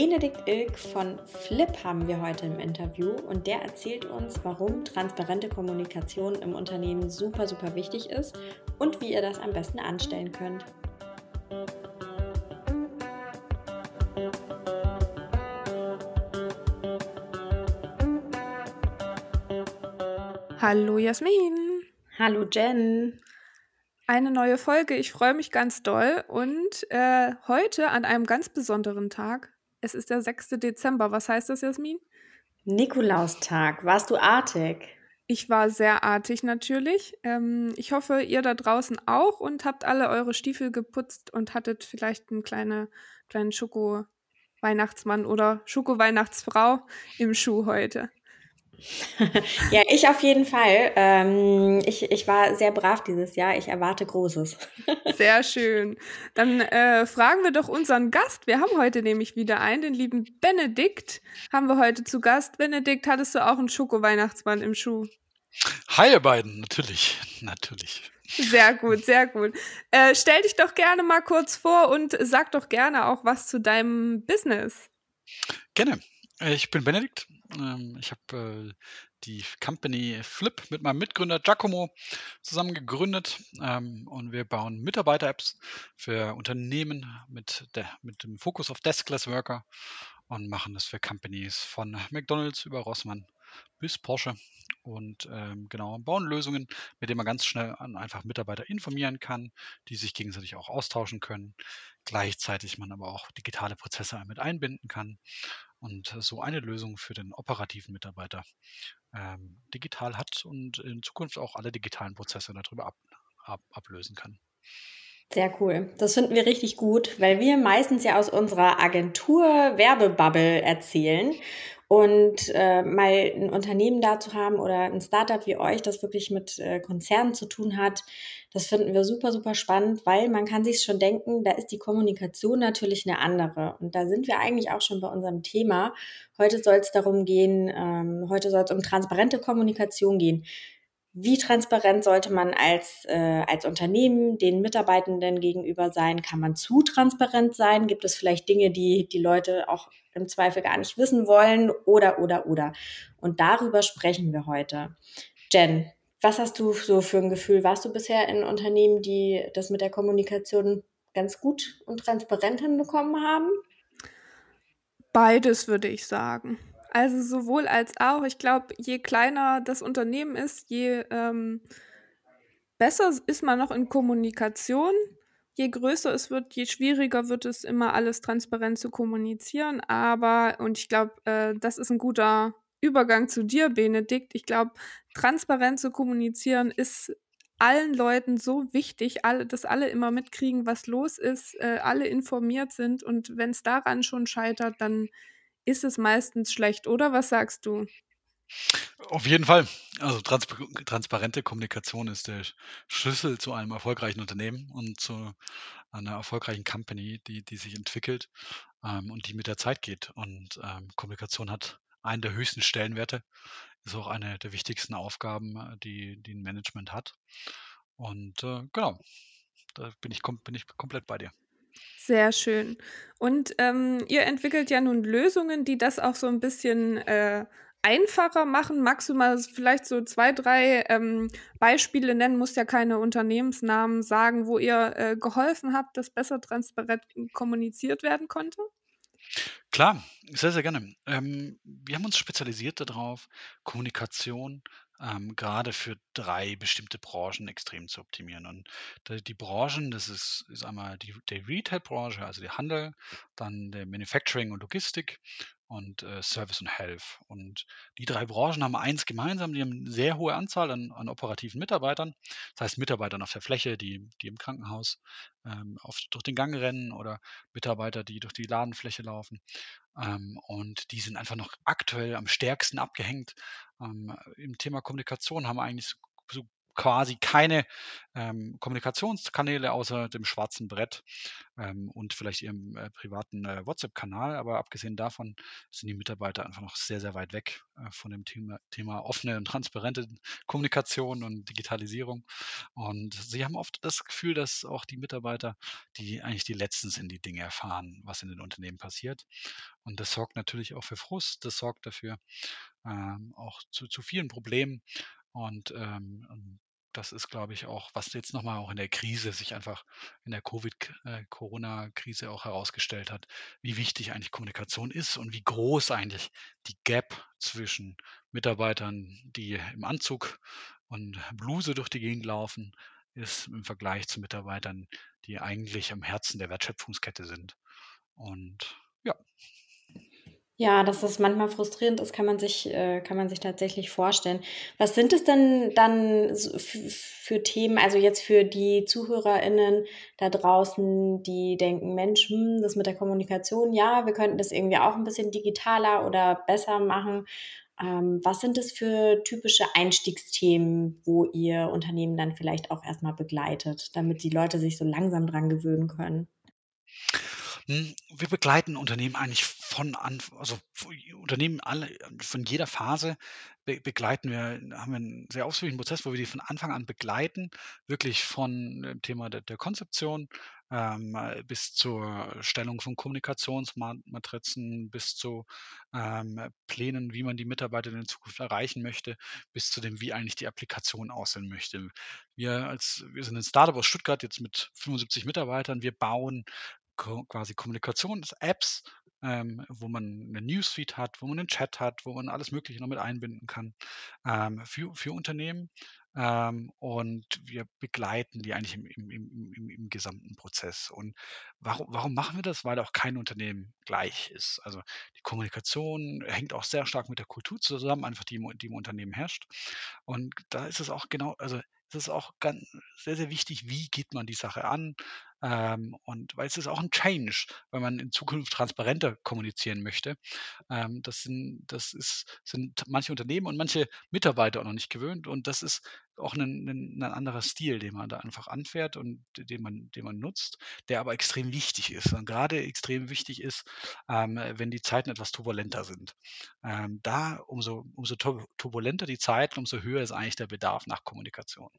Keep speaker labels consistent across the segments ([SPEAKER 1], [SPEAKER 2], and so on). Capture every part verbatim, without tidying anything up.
[SPEAKER 1] Benedikt Ilk von Flip haben wir heute im Interview und der erzählt uns, warum transparente Kommunikation im Unternehmen super, super wichtig ist und wie ihr das am besten anstellen könnt.
[SPEAKER 2] Hallo Jasmin.
[SPEAKER 1] Hallo Jen.
[SPEAKER 2] Eine neue Folge. Ich freue mich ganz doll und äh, heute an einem ganz besonderen Tag. Es ist der sechste Dezember. Was heißt das, Jasmin?
[SPEAKER 1] Nikolaustag. Warst du artig?
[SPEAKER 2] Ich war sehr artig natürlich. Ähm, ich hoffe, ihr da draußen auch und habt alle eure Stiefel geputzt und hattet vielleicht einen kleine, kleinen Schoko-Weihnachtsmann oder Schoko-Weihnachtsfrau im Schuh heute.
[SPEAKER 1] Ja, ich auf jeden Fall. Ähm, ich, ich war sehr brav dieses Jahr. Ich erwarte Großes.
[SPEAKER 2] Sehr schön. Dann äh, fragen wir doch unseren Gast. Wir haben heute nämlich wieder einen, den lieben Benedikt haben wir heute zu Gast. Benedikt, hattest du auch einen Schoko-Weihnachtsmann im Schuh?
[SPEAKER 3] Hi ihr beiden, natürlich, natürlich.
[SPEAKER 2] Sehr gut, sehr gut. Äh, stell dich doch gerne mal kurz vor und sag doch gerne auch was zu deinem Business.
[SPEAKER 3] Gerne. Ich bin Benedikt. Ähm, Ich habe äh, die Company Flip mit meinem Mitgründer Giacomo zusammen gegründet ähm, und wir bauen Mitarbeiter-Apps für Unternehmen mit, der, mit dem Fokus auf Deskless Worker und machen das für Companies von McDonald's über Rossmann bis Porsche und ähm, genau bauen Lösungen, mit denen man ganz schnell an einfach Mitarbeiter informieren kann, die sich gegenseitig auch austauschen können, gleichzeitig man aber auch digitale Prozesse mit einbinden kann und so eine Lösung für den operativen Mitarbeiter ähm, digital hat und in Zukunft auch alle digitalen Prozesse darüber ab, ab, ablösen kann.
[SPEAKER 1] Sehr cool. Das finden wir richtig gut, weil wir meistens ja aus unserer Agentur Werbebubble erzählen und äh, mal ein Unternehmen da zu haben oder ein Startup wie euch, das wirklich mit äh, Konzernen zu tun hat, das finden wir super, super spannend, weil man kann sich schon denken, da ist die Kommunikation natürlich eine andere. Und da sind wir eigentlich auch schon bei unserem Thema. Heute soll es darum gehen, ähm, heute soll es um transparente Kommunikation gehen. Wie transparent sollte man als, äh, als Unternehmen den Mitarbeitenden gegenüber sein? Kann man zu transparent sein? Gibt es vielleicht Dinge, die die Leute auch im Zweifel gar nicht wissen wollen? Oder, oder, oder. Und darüber sprechen wir heute. Jen, was hast du so für ein Gefühl? Warst du bisher in Unternehmen, die das mit der Kommunikation ganz gut und transparent hinbekommen haben?
[SPEAKER 2] Beides würde ich sagen. Also sowohl als auch. Ich glaube, je kleiner das Unternehmen ist, je ähm, besser ist man noch in Kommunikation. Je größer es wird, je schwieriger wird es immer alles transparent zu kommunizieren. Aber, und ich glaube, äh, das ist ein guter Übergang zu dir, Benedikt. Ich glaube, transparent zu kommunizieren ist allen Leuten so wichtig, alle, dass alle immer mitkriegen, was los ist, äh, alle informiert sind. Und wenn es daran schon scheitert, dann ist es meistens schlecht, oder? Was sagst du?
[SPEAKER 3] Auf jeden Fall. Also trans transparente Kommunikation ist der Schlüssel zu einem erfolgreichen Unternehmen und zu einer erfolgreichen Company, die, die sich entwickelt ähm, und die mit der Zeit geht. Und ähm, Kommunikation hat einen der höchsten Stellenwerte, ist auch eine der wichtigsten Aufgaben, äh, die, die ein Management hat. Und äh, genau, da bin ich, kom bin ich komplett bei dir.
[SPEAKER 2] Sehr schön. Und ähm, ihr entwickelt ja nun Lösungen, die das auch so ein bisschen äh, einfacher machen. Magst du mal vielleicht so zwei, drei ähm, Beispiele nennen? Musst ja keine Unternehmensnamen sagen, wo ihr äh, geholfen habt, dass besser transparent kommuniziert werden konnte?
[SPEAKER 3] Klar, sehr, sehr gerne. Ähm, wir haben uns spezialisiert darauf, Kommunikation ähm, gerade für drei bestimmte Branchen extrem zu optimieren. Und da die Branchen, das ist ist einmal die die Retail-Branche, also der Handel, dann der Manufacturing und Logistik und, äh, Service und Health. Und die drei Branchen haben eins gemeinsam, die haben 'ne sehr hohe Anzahl an an operativen Mitarbeitern. Das heißt, Mitarbeitern auf der Fläche, die die im Krankenhaus, ähm, auf durch den Gang rennen oder Mitarbeiter, die durch die Ladenfläche laufen. Ähm, und die sind einfach noch aktuell am stärksten abgehängt. Ähm, im Thema Kommunikation haben wir eigentlich so so quasi keine ähm, Kommunikationskanäle außer dem schwarzen Brett ähm, und vielleicht ihrem äh, privaten äh, WhatsApp-Kanal. Aber abgesehen davon sind die Mitarbeiter einfach noch sehr, sehr weit weg äh, von dem Thema, Thema offene und transparente Kommunikation und Digitalisierung. Und sie haben oft das Gefühl, dass auch die Mitarbeiter, die eigentlich die Letzten sind, die Dinge erfahren, was in den Unternehmen passiert. Und das sorgt natürlich auch für Frust, das sorgt dafür ähm, auch zu, zu vielen Problemen. Und ähm, und das ist, glaube ich, auch, was jetzt nochmal auch in der Krise sich einfach in der Covid-Corona-Krise auch herausgestellt hat, wie wichtig eigentlich Kommunikation ist und wie groß eigentlich die Gap zwischen Mitarbeitern, die im Anzug und Bluse durch die Gegend laufen, ist im Vergleich zu Mitarbeitern, die eigentlich am Herzen der Wertschöpfungskette sind. Und ja,
[SPEAKER 1] Ja, dass das manchmal frustrierend ist, kann man sich, äh, kann man sich tatsächlich vorstellen. Was sind es denn dann so f- für Themen, also jetzt für die ZuhörerInnen da draußen, die denken, Mensch, hm, das mit der Kommunikation, ja, wir könnten das irgendwie auch ein bisschen digitaler oder besser machen. Ähm, was sind es für typische Einstiegsthemen, wo ihr Unternehmen dann vielleicht auch erstmal begleitet, damit die Leute sich so langsam dran gewöhnen können?
[SPEAKER 3] Hm, wir begleiten Unternehmen eigentlich von Anf also, vo Unternehmen alle von jeder Phase be begleiten wir haben wir 'n sehr ausführlichen Prozess, wo wir die von Anfang an begleiten, wirklich von dem Thema der der Konzeption, ähm, äh, bis zur Stellung von Kommunikationsmatrizen, bis zu, ähm, Plänen, wie man die Mitarbeiter in Zukunft erreichen möchte, bis zu dem, wie eigentlich die Applikation aussehen möchte. Wir als wir sind 'n Startup aus Stuttgart jetzt mit fünfundsiebzig Mitarbeitern. Wir bauen ko quasi Kommunikations-Apps, ähm, wo man 'nen Newsfeed hat, wo man 'nen Chat hat, wo man alles Mögliche noch mit einbinden kann, ähm, für für Unternehmen. Ähm, und wir begleiten die eigentlich im im im im im gesamten Prozess. Und warum warum machen wir das? Weil auch kein Unternehmen gleich ist. Also, die Kommunikation hängt auch sehr stark mit der Kultur zusammen, einfach die im die im Unternehmen herrscht. Und da ist es auch genau also, es ist auch gan sehr, sehr wichtig, wie geht man die Sache an? Ähm, und weil es ist auch ein Change, weil man in Zukunft transparenter kommunizieren möchte. Ähm, das sind das ist sind manche Unternehmen und manche Mitarbeiter auch noch nicht gewöhnt und das ist auch ein 'nen 'nen anderer Stil, den man da einfach anfährt und den man den man nutzt, der aber extrem wichtig ist und gerade extrem wichtig ist, ähm, wenn die Zeiten etwas turbulenter sind. Ähm, da umso umso tur turbulenter die Zeiten, umso höher ist eigentlich der Bedarf nach Kommunikation.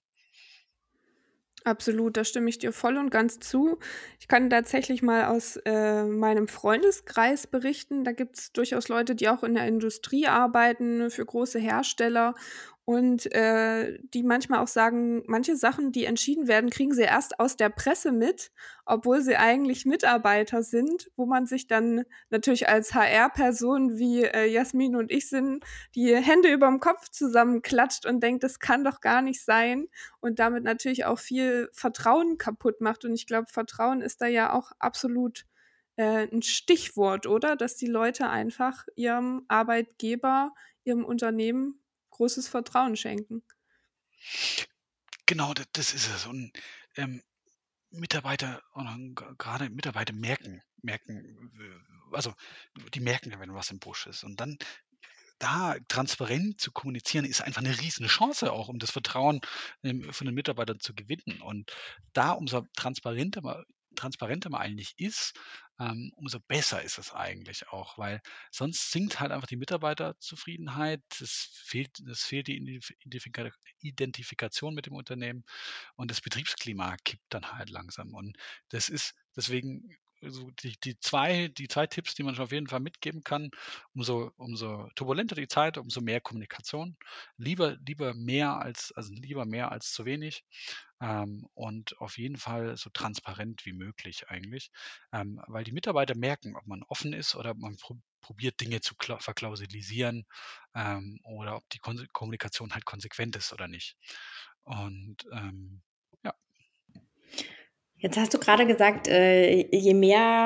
[SPEAKER 2] Absolut, da stimme ich dir voll und ganz zu. Ich kann tatsächlich mal aus, äh, meinem Freundeskreis berichten. Da gibt es durchaus Leute, die auch in der Industrie arbeiten, für große Hersteller und, äh, die manchmal auch sagen, manche Sachen, die entschieden werden, kriegen sie erst aus der Presse mit, obwohl sie eigentlich Mitarbeiter sind, wo man sich dann natürlich als H R-Person, wie, äh, Jasmin und ich sind, die Hände überm Kopf zusammenklatscht und denkt: „Das kann doch gar nicht sein." Und damit natürlich auch viel Vertrauen kaputt macht. Und ich glaube, Vertrauen ist da ja auch absolut äh, 'n Stichwort, oder? Dass die Leute einfach ihrem Arbeitgeber, ihrem Unternehmen großes Vertrauen schenken.
[SPEAKER 3] Genau, da das ist es und, ähm, Mitarbeiter und g grade Mitarbeiter merken merken, w also, die merken ja, wenn was im Busch ist und dann da transparent zu kommunizieren, ist einfach 'ne riesen Chance auch, um das Vertrauen, ähm, von den Mitarbeitern zu gewinnen. Und da umso transparenter ma transparenter man eigentlich ist, ähm, umso besser ist es eigentlich auch, weil sonst sinkt halt einfach die Mitarbeiterzufriedenheit. Es fehlt es fehlt die Identif Identifika Identifikation mit dem Unternehmen und das Betriebsklima kippt dann halt langsam. Und das ist deswegen so die die zwei die zwei Tipps, die man schon auf jeden Fall mitgeben kann, umso umso turbulenter die Zeit, umso mehr Kommunikation. Lieber lieber mehr als also, lieber mehr als zu wenig, ähm, und auf jeden Fall so transparent wie möglich eigentlich, ähm, weil die Mitarbeiter merken, ob man offen ist oder ob man pro probiert, Dinge zu kla verklausulisieren, ähm, oder ob die Konse Kommunikation halt konsequent ist oder nicht. Und, ähm, ja.
[SPEAKER 1] Jetzt hast du gerade gesagt, äh, je mehr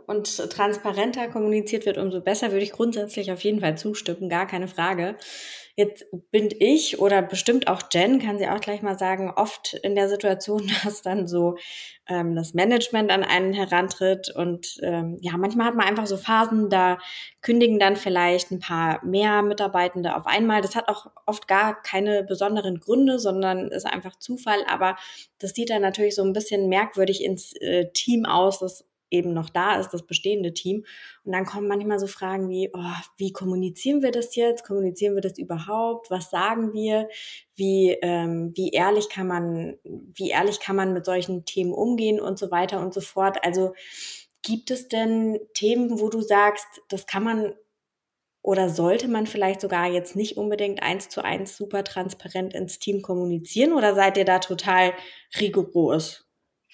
[SPEAKER 1] und transparenter kommuniziert wird, umso besser, würde ich grundsätzlich auf jeden Fall zustimmen, gar keine Frage. Jetzt bin ich oder bestimmt auch Jen, kann sie auch gleich mal sagen, oft in der Situation, dass dann so ähm, das Management an einen herantritt und ähm, ja, manchmal hat man einfach so Phasen, da kündigen dann vielleicht ein paar mehr Mitarbeitende auf einmal. Das hat auch oft gar keine besonderen Gründe, sondern ist einfach Zufall, aber das sieht dann natürlich so ein bisschen merkwürdig ins äh, Team aus, das eben noch da ist, das bestehende Team. Und dann kommen manchmal so Fragen wie, oh, wie kommunizieren wir das jetzt? Kommunizieren wir das überhaupt? Was sagen wir? Wie, ähm, wie ehrlich kann man, wie ehrlich kann man mit solchen Themen umgehen und so weiter und so fort? Also gibt es denn Themen, wo du sagst, das kann man oder sollte man vielleicht sogar jetzt nicht unbedingt eins zu eins super transparent ins Team kommunizieren oder seid ihr da total rigoros?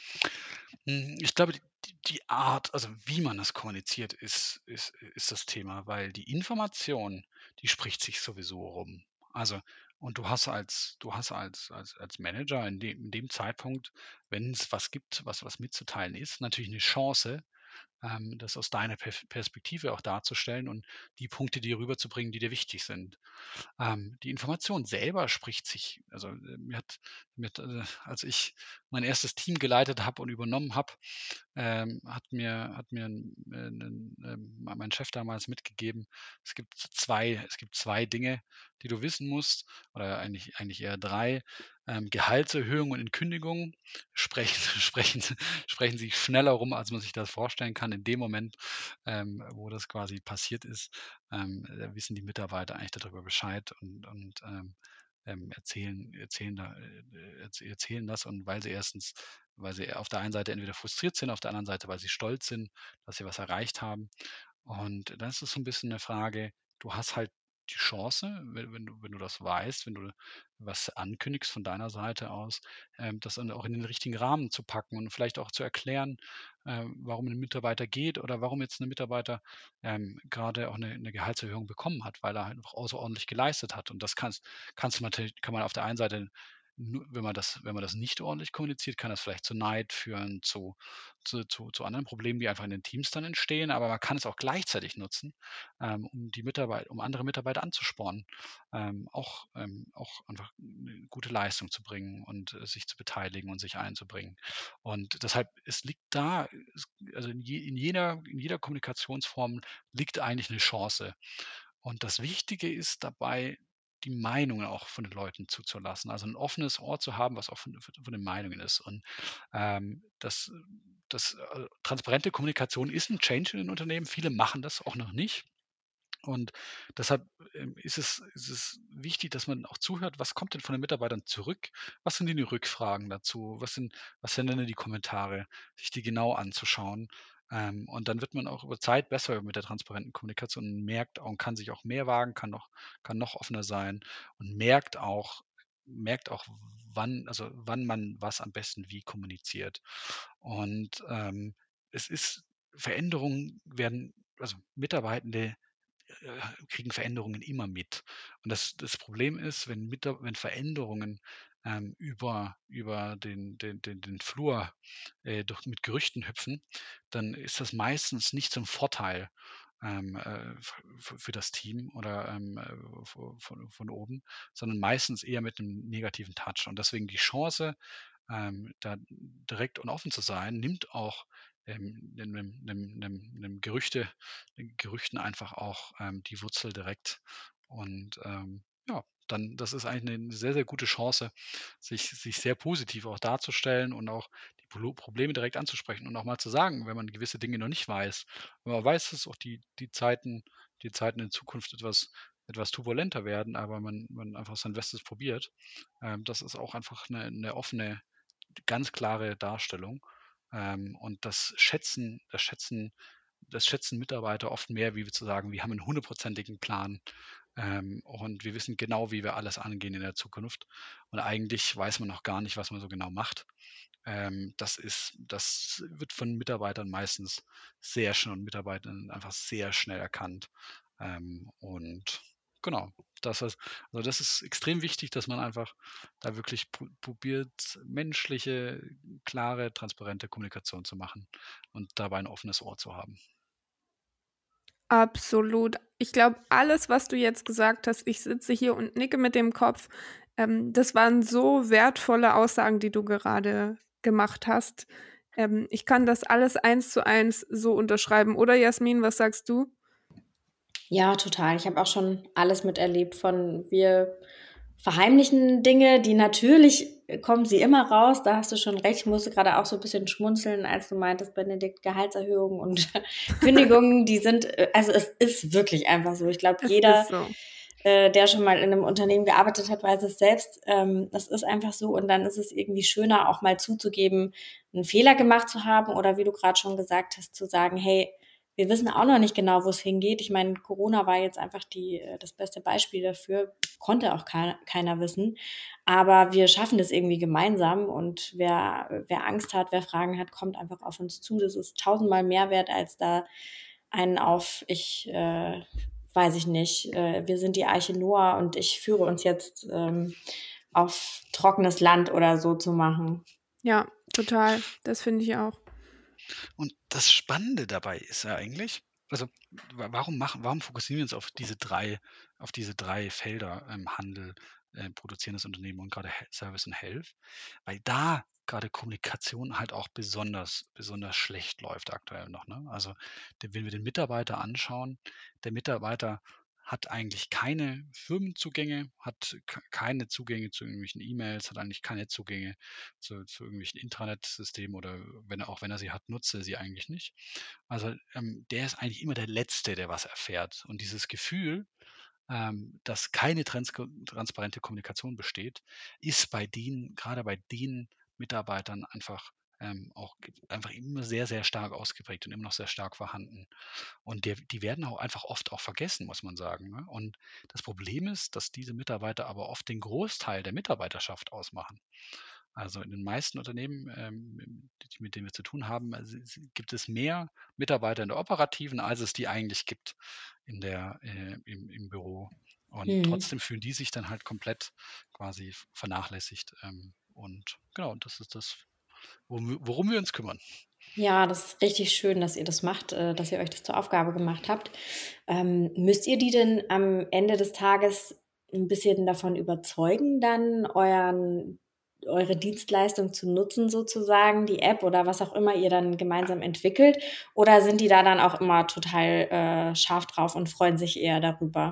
[SPEAKER 3] Hm, ich glaube, die die Art, also wie man das kommuniziert, ist ist ist das Thema, weil die Information, die spricht sich sowieso rum. Also, und du hast als du hast als als als Manager in dem in dem Zeitpunkt, wenn es was gibt, was was mitzuteilen ist, natürlich eine Chance, ähm, das aus deiner Perf Perspektive auch darzustellen und die Punkte dir rüberzubringen, die dir wichtig sind. Ähm, die Information selber spricht sich, also, äh, mir hat mir hat, äh, als ich mein erstes Team geleitet habe und übernommen habe, ähm, hat mir hat mir 'n äh, 'nen, ähm, mein Chef damals mitgegeben, es gibt zwei es gibt zwei Dinge, die du wissen musst, oder eigentlich eigentlich eher drei. Ähm, Gehaltserhöhungen und Kündigungen sprechen sprechen sprechen sich schneller rum, als man sich das vorstellen kann. In dem Moment, ähm, wo das quasi passiert ist, ähm, äh, wissen die Mitarbeiter eigentlich darüber Bescheid und und, ähm, ähm, erzählen erzählen da äh, erz erzählen das, und weil sie erstens weil sie auf der einen Seite entweder frustriert sind, auf der anderen Seite, weil sie stolz sind, dass sie was erreicht haben. Und dann ist es so ein bisschen eine Frage, du hast halt die Chance, wenn wenn du wenn du das weißt, wenn du was ankündigst von deiner Seite aus, ähm, das dann auch in den richtigen Rahmen zu packen und vielleicht auch zu erklären, ähm, warum ein Mitarbeiter geht oder warum jetzt ein Mitarbeiter, ähm, grade auch eine 'ne Gehaltserhöhung bekommen hat, weil er halt einfach außerordentlich geleistet hat. Und das kannst kannst du natürlich kann man auf der einen Seite, nu wenn man das wenn man das nicht ordentlich kommuniziert, kann das vielleicht zu Neid führen, zu zu zu zu anderen Problemen, die einfach in den Teams dann entstehen. Aber man kann es auch gleichzeitig nutzen, ähm, um die Mitarbeit um andere Mitarbeiter anzuspornen, ähm, auch ähm, auch einfach 'ne gute Leistung zu bringen und, äh, sich zu beteiligen und sich einzubringen. Und deshalb, es liegt da, es also in je in jeder in jeder Kommunikationsform liegt eigentlich eine Chance. Und das Wichtige ist dabei, die Meinungen auch von den Leuten zuzulassen. Also ein offenes Ohr zu haben, was auch von von von den Meinungen ist. Und, ähm, das das, äh transparente Kommunikation ist ein Change in den Unternehmen. Viele machen das auch noch nicht. Und deshalb, ähm, ist es ist es wichtig, dass man auch zuhört, was kommt denn von den Mitarbeitern zurück? Was sind denn die Rückfragen dazu? Was sind was sind denn die Kommentare? Sich die genau anzuschauen. Ähm, und dann wird man auch über Zeit besser mit der transparenten Kommunikation und merkt auch und kann sich auch mehr wagen, kann noch kann noch offener sein und merkt auch merkt auch, wann also, wann man was am besten wie kommuniziert. Und, ähm, es ist Veränderungen werden also, Mitarbeitende äh, kriegen Veränderungen immer mit. Und das das Problem ist, wenn Mitar wenn Veränderungen, ähm, über über den den den den Flur, äh, durch mit Gerüchten hüpfen, dann ist das meistens nicht zum Vorteil, ähm, äh, f f für das Team oder, ähm, äh, vo von von oben, sondern meistens eher mit einem negativen Touch. Und deswegen die Chance, ähm, da direkt und offen zu sein, nimmt auch, ähm, 'nem 'nem 'nem 'nem 'nem Gerüchte Gerüchten einfach auch, ähm, die Wurzel direkt. Und, ähm, ja, dann das ist eigentlich eine sehr, sehr gute Chance, sich sich sehr positiv auch darzustellen und auch die Polo Probleme direkt anzusprechen und auch mal zu sagen, wenn man gewisse Dinge noch nicht weiß. Wenn man weiß, dass auch die die Zeiten die Zeiten in Zukunft etwas etwas turbulenter werden, aber man man einfach sein Bestes probiert. Ähm, das ist auch einfach eine 'ne offene, ganz klare Darstellung. Ähm, und das schätzen das schätzen das schätzen Mitarbeiter oft mehr, wie wir zu sagen: „Wir haben einen hundertprozentigen Plan, ähm, und wir wissen genau, wie wir alles angehen in der Zukunft.“ Und eigentlich weiß man noch gar nicht, was man so genau macht. Ähm, das ist das wird von Mitarbeitern meistens sehr schnell und Mitarbeitern einfach sehr schnell erkannt. Ähm, und Genau. Das ist also, das ist extrem wichtig, dass man einfach da wirklich pro probiert, menschliche, klare, transparente Kommunikation zu machen und dabei ein offenes Ohr zu haben.
[SPEAKER 2] Absolut. Ich glaube, alles, was du jetzt gesagt hast, ich sitze hier und nicke mit dem Kopf. Ähm, das waren so wertvolle Aussagen, die du gerade gemacht hast. Ähm, ich kann das alles eins zu eins so unterschreiben. Oder Jasmin, was sagst du?
[SPEAKER 1] Ja, total. Ich habe auch schon alles miterlebt von wir verheimlichen Dinge, die natürlich äh, kommen sie immer raus. Da hast du schon recht. Ich musste gerade auch so ein bisschen schmunzeln, als du meintest, Benedikt, Gehaltserhöhungen und Kündigungen, die sind, äh, also es ist wirklich einfach so. Ich glaube,
[SPEAKER 2] Es
[SPEAKER 1] jeder,
[SPEAKER 2] ist so.
[SPEAKER 1] äh, der schon mal in einem Unternehmen gearbeitet hat, weiß es selbst. Ähm, das ist einfach so. Und dann ist es irgendwie schöner, auch mal zuzugeben, einen Fehler gemacht zu haben oder wie du gerade schon gesagt hast, zu sagen, hey, wir wissen auch noch nicht genau, wo es hingeht. Ich meine, Corona war jetzt einfach die, äh, das beste Beispiel dafür. Konnte auch keiner, keiner wissen. Aber wir schaffen das irgendwie gemeinsam. Und wer, wer Angst hat, wer Fragen hat, kommt einfach auf uns zu. Das ist tausendmal mehr wert, als da einen auf, ich äh, weiß ich nicht, äh, wir sind die Arche Noah und ich führe uns jetzt ähm, auf trockenes Land oder so zu machen.
[SPEAKER 2] Ja, total. Das finde ich auch.
[SPEAKER 3] Und das Spannende dabei ist ja eigentlich also, wa warum machen warum fokussieren wir uns auf diese drei auf diese drei Felder, ähm, Handel, äh, produzierendes Unternehmen und gerade He Service und Health? Weil da gerade Kommunikation halt auch besonders besonders schlecht läuft aktuell noch, ne? Also, de wenn wir den Mitarbeiter anschauen, der Mitarbeiter hat eigentlich keine Firmenzugänge, hat k keine Zugänge zu irgendwelchen E-Mails, hat eigentlich keine Zugänge zu zu irgendwelchen Intranet-Systemen oder wenn er auch wenn er sie hat, nutzt er sie eigentlich nicht. Also, ähm, der ist eigentlich immer der Letzte, der was erfährt. Und dieses Gefühl, ähm, dass keine transko transparente Kommunikation besteht, ist bei denen gerade bei den Mitarbeitern einfach, ähm, auch g einfach immer sehr, sehr stark ausgeprägt und immer noch sehr stark vorhanden. Und der die werden auch einfach oft auch vergessen, muss man sagen, ne? Und das Problem ist, dass diese Mitarbeiter aber oft den Großteil der Mitarbeiterschaft ausmachen. Also, in den meisten Unternehmen, ähm, die mit denen wir zu tun haben, also, s gibt es mehr Mitarbeiter in der Operativen, als es die eigentlich gibt in der äh, im im Büro. Und
[SPEAKER 1] Hm.
[SPEAKER 3] trotzdem fühlen die sich dann halt komplett quasi v vernachlässigt. Ähm, und genau, das ist das, worum wir worum wir uns kümmern.
[SPEAKER 1] Ja, das ist richtig schön, dass ihr das macht, äh, dass ihr euch das zur Aufgabe gemacht habt. Ähm, müsst ihr die denn am Ende des Tages ein bisschen davon überzeugen, dann euren eure Dienstleistung zu nutzen sozusagen, die App oder was auch immer ihr dann gemeinsam entwickelt? Oder sind die da dann auch immer total, äh, scharf drauf und freuen sich eher darüber?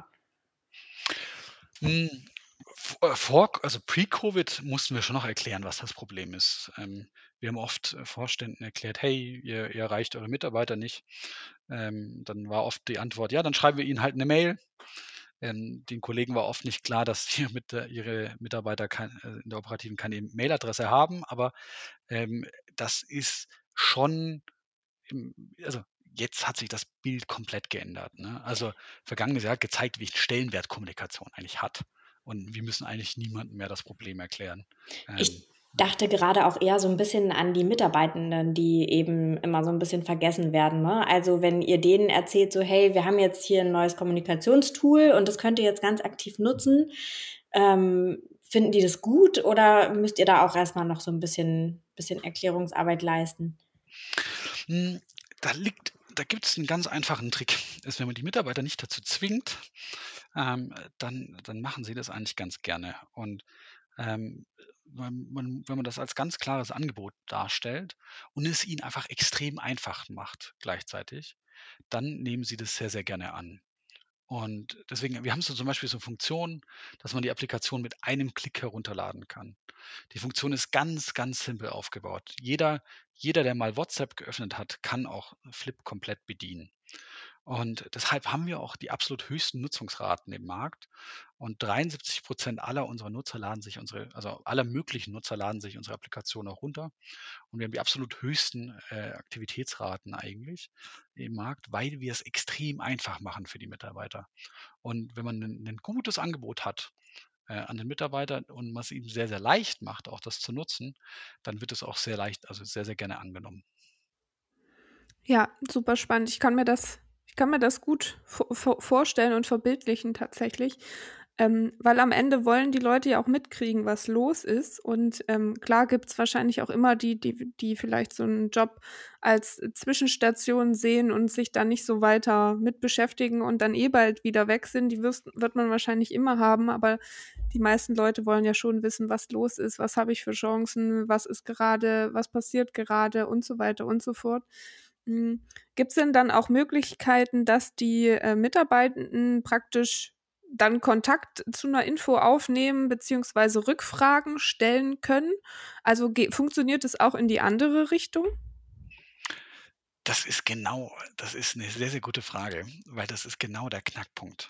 [SPEAKER 3] Hm, v äh, vor also pre-Covid mussten wir schon noch erklären, was das Problem ist. Ähm, wir haben oft, äh, Vorständen erklärt: „Hey, ihr ihr erreicht eure Mitarbeiter nicht.“ Ähm, dann war oft die Antwort: „Ja, dann schreiben wir ihnen halt 'ne Mail.“ Ähm, den Kollegen war oft nicht klar, dass die mit der ihre Mitarbeiter kein äh, in der Operativen keine Mailadresse haben, aber, ähm, das ist schon im also, jetzt hat sich das Bild komplett geändert, ne? Also, vergangenes Jahr hat gezeigt, welchen Stellenwert Kommunikation eigentlich hat. Und wir müssen eigentlich niemandem mehr das Problem erklären. Ähm,
[SPEAKER 1] Ich
[SPEAKER 3] ja.
[SPEAKER 1] dachte gerade auch eher so ein bisschen an die Mitarbeitenden, die eben immer so ein bisschen vergessen werden, ne? Also, wenn ihr denen erzählt so: „Hey, wir haben jetzt hier ein neues Kommunikationstool und das könnt ihr jetzt ganz aktiv nutzen.“ Ähm, finden die das gut oder müsst ihr da auch erst mal noch so ein bisschen bisschen Erklärungsarbeit leisten?
[SPEAKER 3] Hm, da liegt da gibt's 'n ganz einfachen Trick. Ist, wenn man die Mitarbeiter nicht dazu zwingt, ähm, dann dann machen sie das eigentlich ganz gerne. Und Ähm, man man wenn man das als ganz klares Angebot darstellt und es ihnen einfach extrem einfach macht gleichzeitig, dann nehmen sie das sehr, sehr gerne an. Und deswegen wir haben so zum Beispiel so Funktionen, dass man die Applikation mit einem Klick herunterladen kann. Die Funktion ist ganz, ganz simpel aufgebaut. Jeder jeder, der mal WhatsApp geöffnet hat, kann auch Flip komplett bedienen. Und deshalb haben wir auch die absolut höchsten Nutzungsraten im Markt. Und dreiundsiebzig aller unserer Nutzer laden sich unsere also aller möglichen Nutzer laden sich unsere Applikation auch runter. Und wir haben die absolut höchsten, äh, Aktivitätsraten eigentlich im Markt, weil wir es extrem einfach machen für die Mitarbeiter. Und wenn man 'nen 'nen gutes Angebot hat, äh, an den Mitarbeiter und man's ihm sehr, sehr leicht macht, auch das zu nutzen, dann wird es auch sehr leicht also sehr, sehr gerne angenommen.
[SPEAKER 2] Ja, super spannend. Ich kann mir das Ich kann mir das gut vo- vo- vorstellen und verbildlichen tatsächlich, ähm, weil am Ende wollen die Leute ja auch mitkriegen, was los ist. Und ähm, klar gibt es wahrscheinlich auch immer die, die, die vielleicht so einen Job als Zwischenstation sehen und sich da nicht so weiter mit beschäftigen und dann eh bald wieder weg sind. Die wirst, wird man wahrscheinlich immer haben, aber die meisten Leute wollen ja schon wissen, was los ist, was habe ich für Chancen, was ist gerade, was passiert gerade und so weiter und so fort. Gibt es denn dann auch Möglichkeiten, dass die äh, Mitarbeitenden praktisch dann Kontakt zu einer Info aufnehmen beziehungsweise Rückfragen stellen können? Also ge- funktioniert es auch in die andere Richtung?
[SPEAKER 3] Das ist genau das ist eine sehr, sehr gute Frage, weil das ist genau der Knackpunkt.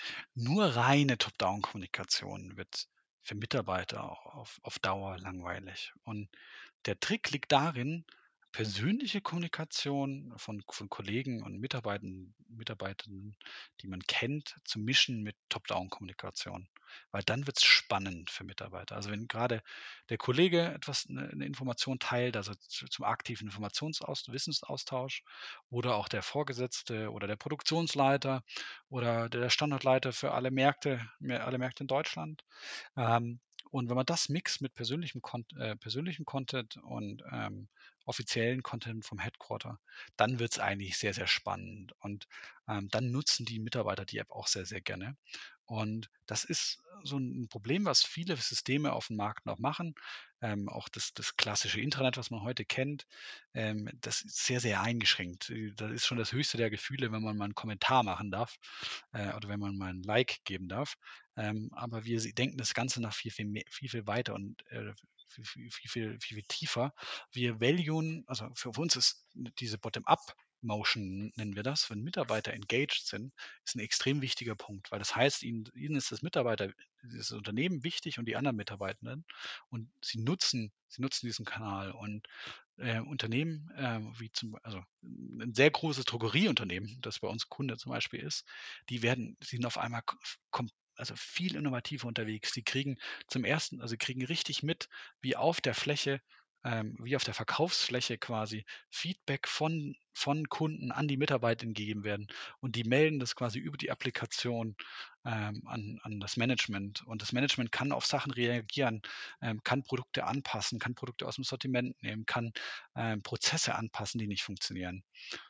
[SPEAKER 3] Nur reine Top-Down-Kommunikation wird für Mitarbeiter auch auf auf Dauer langweilig. Und der Trick liegt darin, persönliche Kommunikation von von Kollegen und Mitarbeitenden Mitarbeitenden, die man kennt, zu mischen mit Top-Down-Kommunikation, weil dann wird's spannend für Mitarbeiter. Also, wenn gerade der Kollege etwas 'ne 'ne Information teilt, also zu zum aktiven Informationsaus Wissensaustausch oder auch der Vorgesetzte oder der Produktionsleiter oder der Standortleiter für alle Märkte mehr alle Märkte in Deutschland. Ähm, und wenn man das mixt mit persönlichem Cont äh, persönlichem Content und, ähm, offiziellen Content vom Headquarter, dann wird's eigentlich sehr, sehr spannend. Und, ähm, dann nutzen die Mitarbeiter die App auch sehr, sehr gerne. Und das ist so ein Problem, was viele Systeme auf dem Markt noch machen. Ähm, auch das das klassische Intranet, was man heute kennt, ähm, das ist sehr, sehr eingeschränkt. Äh, das ist schon das höchste der Gefühle, wenn man mal einen Kommentar machen darf, äh, oder wenn man mal ein Like geben darf. Ähm, aber wir sie denken das Ganze noch viel, viel mehr viel, viel weiter und, äh, viel, viel, viel, viel, viel, viel tiefer. Wir valuen also, für uns ist diese Bottom-up-Motion, nennen wir das, wenn Mitarbeiter engaged sind, ist ein extrem wichtiger Punkt, weil das heißt, ihnen ihnen ist das Mitarbeiter dieses Unternehmen wichtig und die anderen Mitarbeitenden und sie nutzen sie nutzen diesen Kanal und, äh, Unternehmen, ähm, wie zum also, 'n sehr großes Drogerieunternehmen, das bei uns Kunde zum Beispiel ist, die werden die sind auf einmal k kom also, viel innovativer unterwegs. Die kriegen zum ersten also, kriegen richtig mit, wie auf der Fläche ähm, wie auf der Verkaufsfläche quasi Feedback von von Kunden an die Mitarbeiter gegeben werden. Und die melden das quasi über die Applikation, ähm, an an das Management. Und das Management kann auf Sachen reagieren, ähm, kann Produkte anpassen, kann Produkte aus dem Sortiment nehmen, kann, ähm, Prozesse anpassen, die nicht funktionieren.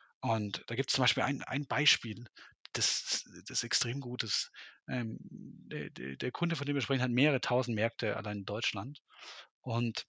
[SPEAKER 3] Und da gibt's zum Beispiel ein ein Beispiel, das das extrem gut ist. Ähm, der der der Kunde, von dem wir sprechen, hat mehrere tausend Märkte allein in Deutschland. Und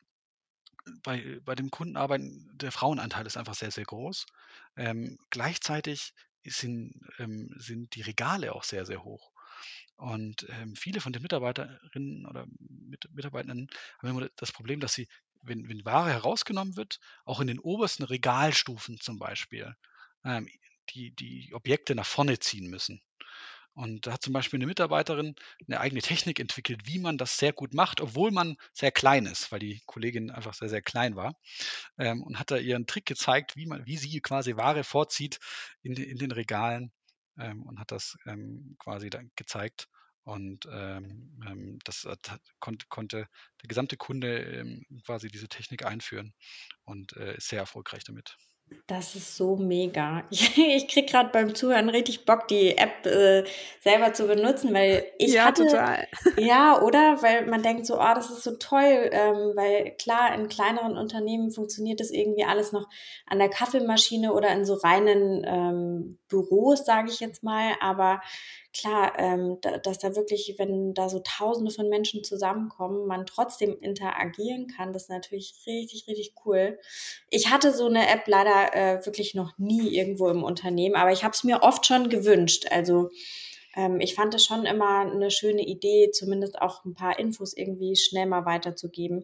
[SPEAKER 3] bei bei dem Kunden arbeiten der Frauenanteil ist einfach sehr, sehr groß. Ähm, gleichzeitig sind ähm, sind die Regale auch sehr, sehr hoch. Und, ähm, viele von den Mitarbeiterinnen oder Mit Mitarbeitenden haben immer das Problem, dass sie, wenn wenn Ware herausgenommen wird, auch in den obersten Regalstufen zum Beispiel, ähm, die die Objekte nach vorne ziehen müssen. Und da hat zum Beispiel eine Mitarbeiterin eine eigene Technik entwickelt, wie man das sehr gut macht, obwohl man sehr klein ist, weil die Kollegin einfach sehr, sehr klein war, ähm, und hat da ihren Trick gezeigt, wie man wie sie quasi Ware vorzieht in de in den Regalen, ähm, und hat das, ähm, quasi dann gezeigt. Und, ähm, ähm, das hat hat konnte konnte der gesamte Kunde, ähm, quasi diese Technik einführen und, äh, ist sehr erfolgreich damit.
[SPEAKER 1] Das ist so mega. Ich ich kriege grad beim Zuhören richtig Bock, die App, äh, selber zu benutzen, weil ich
[SPEAKER 2] Ja,
[SPEAKER 1] hatte
[SPEAKER 2] total.
[SPEAKER 1] ja, oder? Weil man denkt so: „Oh, das ist so toll“, ähm, weil klar, in kleineren Unternehmen funktioniert das irgendwie alles noch an der Kaffeemaschine oder in so reinen, ähm, Büros, sage ich jetzt mal. Aber klar, ähm, da dass da wirklich, wenn da so Tausende von Menschen zusammenkommen, man trotzdem interagieren kann, das ist natürlich richtig, richtig cool. Ich hatte so eine App leider, äh, wirklich noch nie irgendwo im Unternehmen, aber ich habe es mir oft schon gewünscht. Also, ähm, ich fand es schon immer eine schöne Idee, zumindest auch ein paar Infos irgendwie schnell mal weiterzugeben.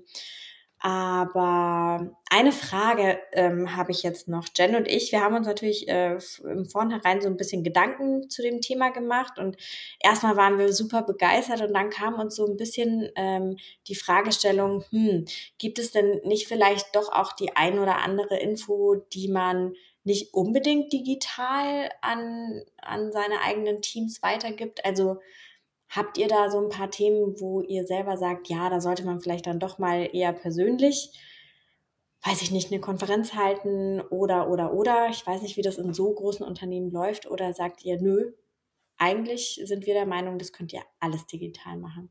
[SPEAKER 1] Aber eine Frage, ähm, habe ich jetzt noch. Jen und ich, wir haben uns natürlich, äh, v im Vornherein so ein bisschen Gedanken zu dem Thema gemacht und erstmal waren wir super begeistert und dann kam uns so ein bisschen, ähm, die Fragestellung: „Hm, gibt es denn nicht vielleicht doch auch die ein oder andere Info, die man nicht unbedingt digital an an seine eigenen Teams weitergibt?“ Also, habt ihr da so ein paar Themen, wo ihr selber sagt: „Ja, da sollte man vielleicht dann doch mal eher persönlich weiß ich nicht, eine Konferenz halten oder, oder, oder. Ich weiß nicht, wie das in so großen Unternehmen läuft. Oder sagt ihr, nö, eigentlich sind wir der Meinung, das könnt ihr alles digital machen?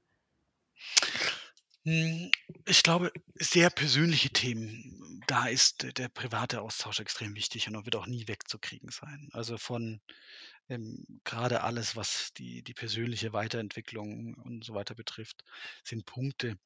[SPEAKER 3] Hm, ich glaube, sehr persönliche Themen, da ist d der private Austausch extrem wichtig und er wird auch nie wegzukriegen sein. Also, von, ähm, grade alles, was die die persönliche Weiterentwicklung und so weiter betrifft, sind Punkte,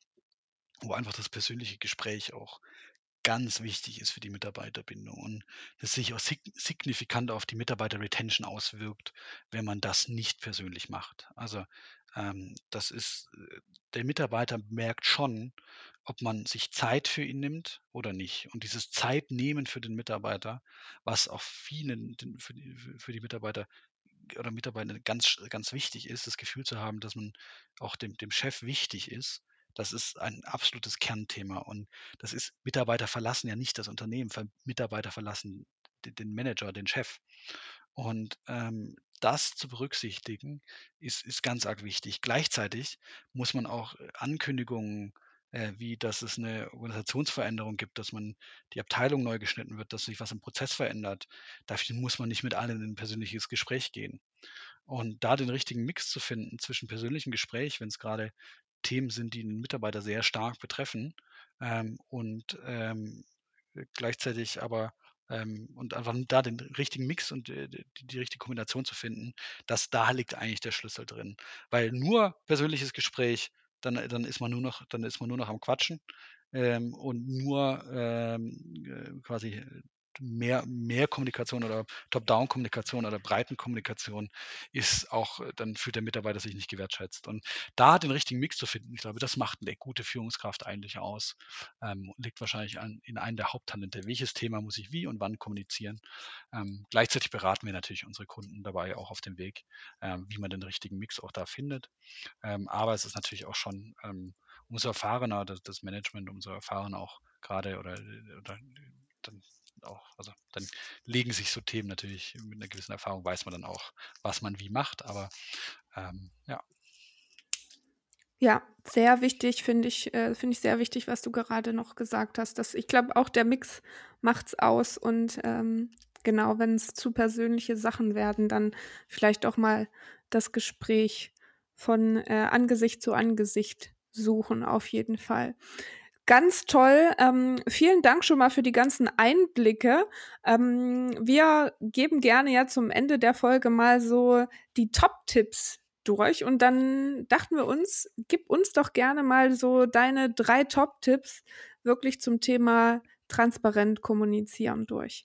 [SPEAKER 3] wo einfach das persönliche Gespräch auch ganz wichtig ist für die Mitarbeiterbindung und das sich auch sig signifikant auf die Mitarbeiter-Retention auswirkt, wenn man das nicht persönlich macht. Also, ähm, das ist äh, der Mitarbeiter merkt schon, ob man sich Zeit für ihn nimmt oder nicht. Und dieses Zeitnehmen für den Mitarbeiter, was auch vielen den für die für für die Mitarbeiter oder Mitarbeiter ganz ganz wichtig ist, das Gefühl zu haben, dass man auch dem dem Chef wichtig ist. Das ist ein absolutes Kernthema und das ist Mitarbeiter verlassen ja nicht das Unternehmen, ver Mitarbeiter verlassen d den Manager, den Chef. Und, ähm, das zu berücksichtigen, ist ist ganz arg wichtig. Gleichzeitig muss man auch, äh, Ankündigungen, äh, wie dass es eine Organisationsveränderung gibt, dass man die Abteilung neu geschnitten wird, dass sich was im Prozess verändert. Dafür muss man nicht mit allen in 'n persönliches Gespräch gehen. Und da den richtigen Mix zu finden zwischen persönlichem Gespräch, wenn es gerade Themen sind, die 'nen Mitarbeiter sehr stark betreffen, ähm, und, ähm, äh, gleichzeitig aber ähm, und einfach da den richtigen Mix und, äh, d die richtige Kombination zu finden, das da liegt eigentlich der Schlüssel drin. Weil nur persönliches Gespräch, dann äh, dann ist man nur noch dann ist man nur noch am Quatschen, ähm, und nur, ähm, äh, quasi, äh, mehr mehr Kommunikation oder Top-Down-Kommunikation oder Breitenkommunikation ist auch äh, dann fühlt der Mitarbeiter sich nicht gewertschätzt. Und da den richtigen Mix zu finden, ich glaube, das macht 'ne gute Führungskraft eigentlich aus, ähm, und liegt wahrscheinlich an in einem der Haupttalente. Welches Thema muss ich wie und wann kommunizieren? Ähm, gleichzeitig beraten wir natürlich unsere Kunden dabei auch auf dem Weg, ähm, wie man den richtigen Mix auch da findet. Ähm, aber es ist natürlich auch schon, ähm, umso erfahrener das das Management, umso erfahrener auch gerade oder äh, oder dann auch also, dann legen sich so Themen natürlich mit 'ner gewissen Erfahrung weiß man dann auch, was man wie macht, aber, ähm, ja.
[SPEAKER 2] Ja, sehr wichtig, finde ich äh, finde ich sehr wichtig, was du gerade noch gesagt hast, dass ich glaube auch der Mix macht's aus und, ähm, genau, wenn es zu persönliche Sachen werden, dann vielleicht auch mal das Gespräch von, äh, Angesicht zu Angesicht suchen, auf jeden Fall. Ganz toll. Ähm, vielen Dank schon mal für die ganzen Einblicke. Ähm, wir geben gerne ja zum Ende der Folge mal so die Top-Tipps durch und dann dachten wir uns, gib uns doch gerne mal so deine drei Top-Tipps wirklich zum Thema transparent kommunizieren durch.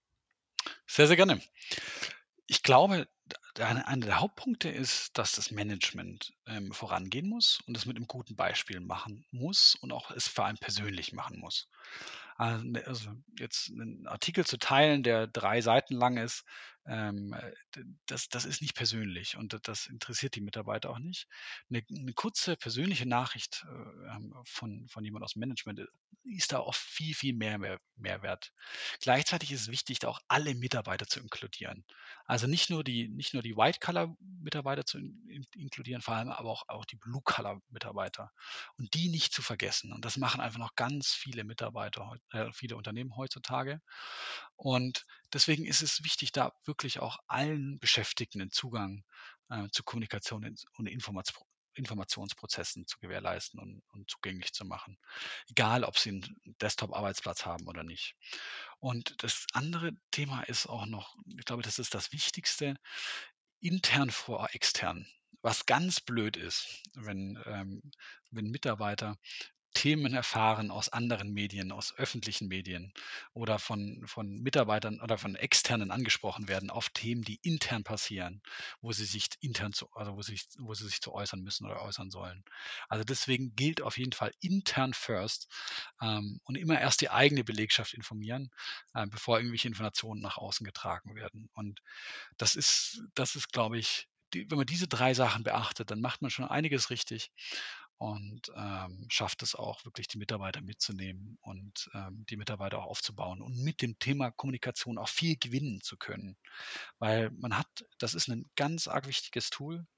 [SPEAKER 3] Sehr, sehr gerne. Ich glaube, d einer einer der Hauptpunkte ist, dass das Management, ähm, vorangehen muss und das mit 'nem guten Beispiel machen muss und auch es vor allem persönlich machen muss. Ah, ne, also, jetzt 'nen Artikel zu teilen, der drei Seiten lang ist, ähm, äh, d das das ist nicht persönlich und d das interessiert die Mitarbeiter auch nicht. 'Ne 'ne kurze persönliche Nachricht, äh, ähm, von von jemand aus'm Management, äh, ist da oft viel, viel mehr mehr Mehrwert. Gleichzeitig ist es wichtig, da auch alle Mitarbeiter zu inkludieren. Also, nicht nur die nicht nur die White-Collar-Mitarbeiter zu in in inkludieren, vor allem aber auch auch die Blue-Collar-Mitarbeiter und die nicht zu vergessen. Und das machen einfach noch ganz viele Mitarbeiter heut äh, viele Unternehmen heutzutage. Und deswegen ist es wichtig, da wirklich auch allen Beschäftigten den Zugang, äh, zu Kommunikation ins und Informats Informationsprozessen zu gewährleisten und und zugänglich zu machen, egal ob sie 'n Desktop-Arbeitsplatz haben oder nicht. Und das andere Thema ist auch noch ich glaube, das ist das Wichtigste, intern vor extern. Was ganz blöd ist, wenn, ähm wenn Mitarbeiter Themen erfahren aus anderen Medien, aus öffentlichen Medien oder von von Mitarbeitern oder von Externen angesprochen werden auf Themen, die intern passieren, wo sie sich intern zu also, wo sie sich wo sie sich zu äußern müssen oder äußern sollen. Also, deswegen gilt auf jeden Fall intern first, ähm, und immer erst die eigene Belegschaft informieren, äh, bevor irgendwelche Informationen nach außen getragen werden. Und das ist das ist, glaube ich die wenn man diese drei Sachen beachtet, dann macht man schon einiges richtig und, ähm, schafft es auch wirklich, die Mitarbeiter mitzunehmen und, ähm, die Mitarbeiter auch aufzubauen und mit dem Thema Kommunikation auch viel gewinnen zu können. Weil man hat das ist 'nen ganz arg wichtiges Tool.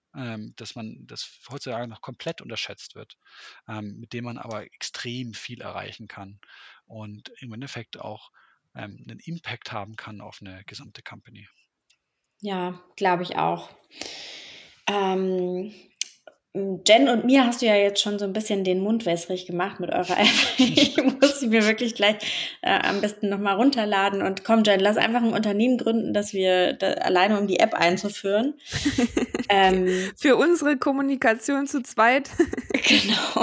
[SPEAKER 3] ähm, dass man das heutzutage noch komplett unterschätzt wird, ähm, mit dem man aber extrem viel erreichen kann und im Endeffekt auch ähm, einen Impact haben kann auf eine gesamte Company.
[SPEAKER 1] Ja, glaube ich auch. Ähm, Jen und mir hast du ja jetzt schon so ein bisschen den Mund wässrig gemacht mit eurer App. Ich muss sie mir wirklich gleich äh, am besten nochmal runterladen. Und komm, Jen, lass einfach ein Unternehmen gründen, dass wir da, alleine um die App einzuführen. ähm,
[SPEAKER 2] Für unsere Kommunikation zu zweit.
[SPEAKER 1] Genau.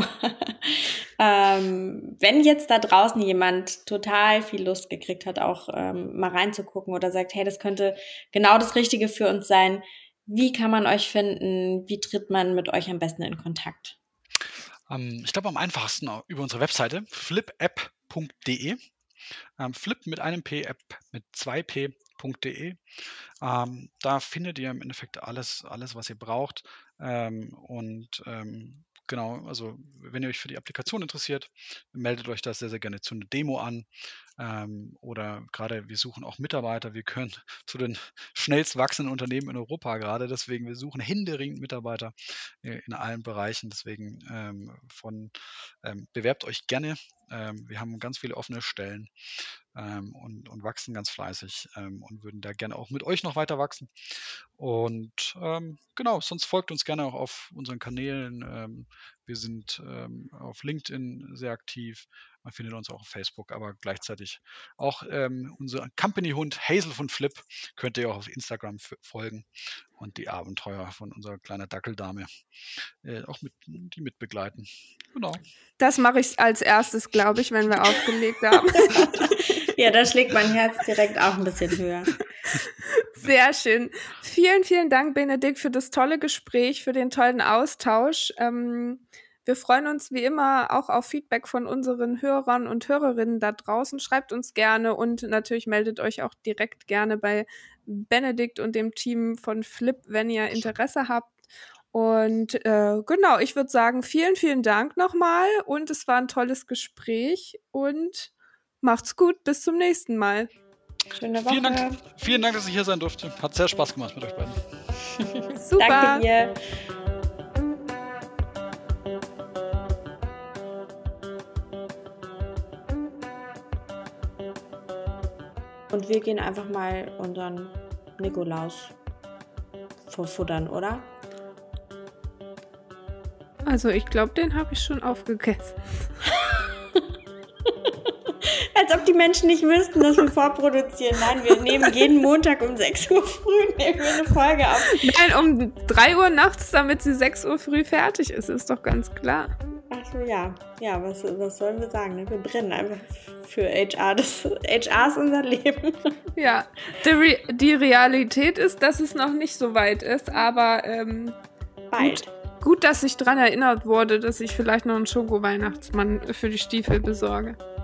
[SPEAKER 1] ähm, wenn jetzt da draußen jemand total viel Lust gekriegt hat, auch ähm, mal reinzugucken oder sagt, hey, das könnte genau das Richtige für uns sein, wie kann man euch finden? Wie tritt man mit euch am besten in Kontakt?
[SPEAKER 3] Ähm, ich glaube, am einfachsten au- über unsere Webseite flip app punkt de. Ähm, Flip mit einem P, App mit zwei P punkt de. Ähm, da findet ihr im Endeffekt alles, alles was ihr braucht. Ähm, und ähm, genau, also wenn ihr euch für die Applikation interessiert, meldet euch das sehr, sehr gerne zu einer Demo an. Ähm, oder gerade wir suchen auch Mitarbeiter. Wir gehören zu den schnellst wachsenden Unternehmen in Europa gerade. Deswegen, wir suchen händeringend Mitarbeiter äh, in allen Bereichen. Deswegen ähm, von ähm, bewerbt euch gerne. Ähm, wir haben ganz viele offene Stellen ähm, und, und wachsen ganz fleißig ähm, und würden da gerne auch mit euch noch weiter wachsen. Und ähm, genau, sonst folgt uns gerne auch auf unseren Kanälen. Ähm, wir sind ähm, auf LinkedIn sehr aktiv. Man findet uns auch auf Facebook, aber gleichzeitig auch ähm, unser Company-Hund Hazel von Flip könnt ihr auch auf Instagram f- folgen und die Abenteuer von unserer kleinen Dackeldame äh, auch mit, die mitbegleiten. Genau.
[SPEAKER 2] Das mache ich als erstes, glaube ich, wenn wir aufgelegt haben.
[SPEAKER 1] Ja, da schlägt mein Herz direkt auch ein bisschen höher.
[SPEAKER 2] Sehr schön. Vielen, vielen Dank, Benedikt, für das tolle Gespräch, für den tollen Austausch. Ähm, wir freuen uns wie immer auch auf Feedback von unseren Hörern und Hörerinnen da draußen. Schreibt uns gerne und natürlich meldet euch auch direkt gerne bei Benedikt und dem Team von Flip, wenn ihr Interesse habt. Und äh, genau, ich würde sagen, vielen, vielen Dank nochmal und es war ein tolles Gespräch und macht's gut, bis zum nächsten Mal.
[SPEAKER 1] Schöne
[SPEAKER 3] Vielen Dank,
[SPEAKER 1] Woche.
[SPEAKER 3] vielen Dank, dass ich hier sein durfte. Hat sehr Spaß gemacht mit euch beiden.
[SPEAKER 2] Super.
[SPEAKER 1] Danke dir. Und wir gehen einfach mal unseren Nikolaus verfuttern, oder?
[SPEAKER 2] Also ich glaube, den habe ich schon aufgegessen.
[SPEAKER 1] Als ob die Menschen nicht wüssten, dass wir vorproduzieren. Nein, wir nehmen jeden Montag um sechs Uhr früh nehmen wir eine Folge auf.
[SPEAKER 2] Nein, um drei Uhr nachts, damit sie sechs Uhr früh fertig ist, ist doch ganz klar.
[SPEAKER 1] Ach so, ja. Ja, was, was sollen wir sagen? Ne? Wir brennen einfach für H R. Das, H R ist unser Leben.
[SPEAKER 2] Ja, die, Re- die Realität ist, dass es noch nicht so weit ist, aber ähm,
[SPEAKER 1] Bald.
[SPEAKER 2] Gut, gut, dass ich dran erinnert wurde, dass ich vielleicht noch einen Schoko-Weihnachtsmann für die Stiefel besorge.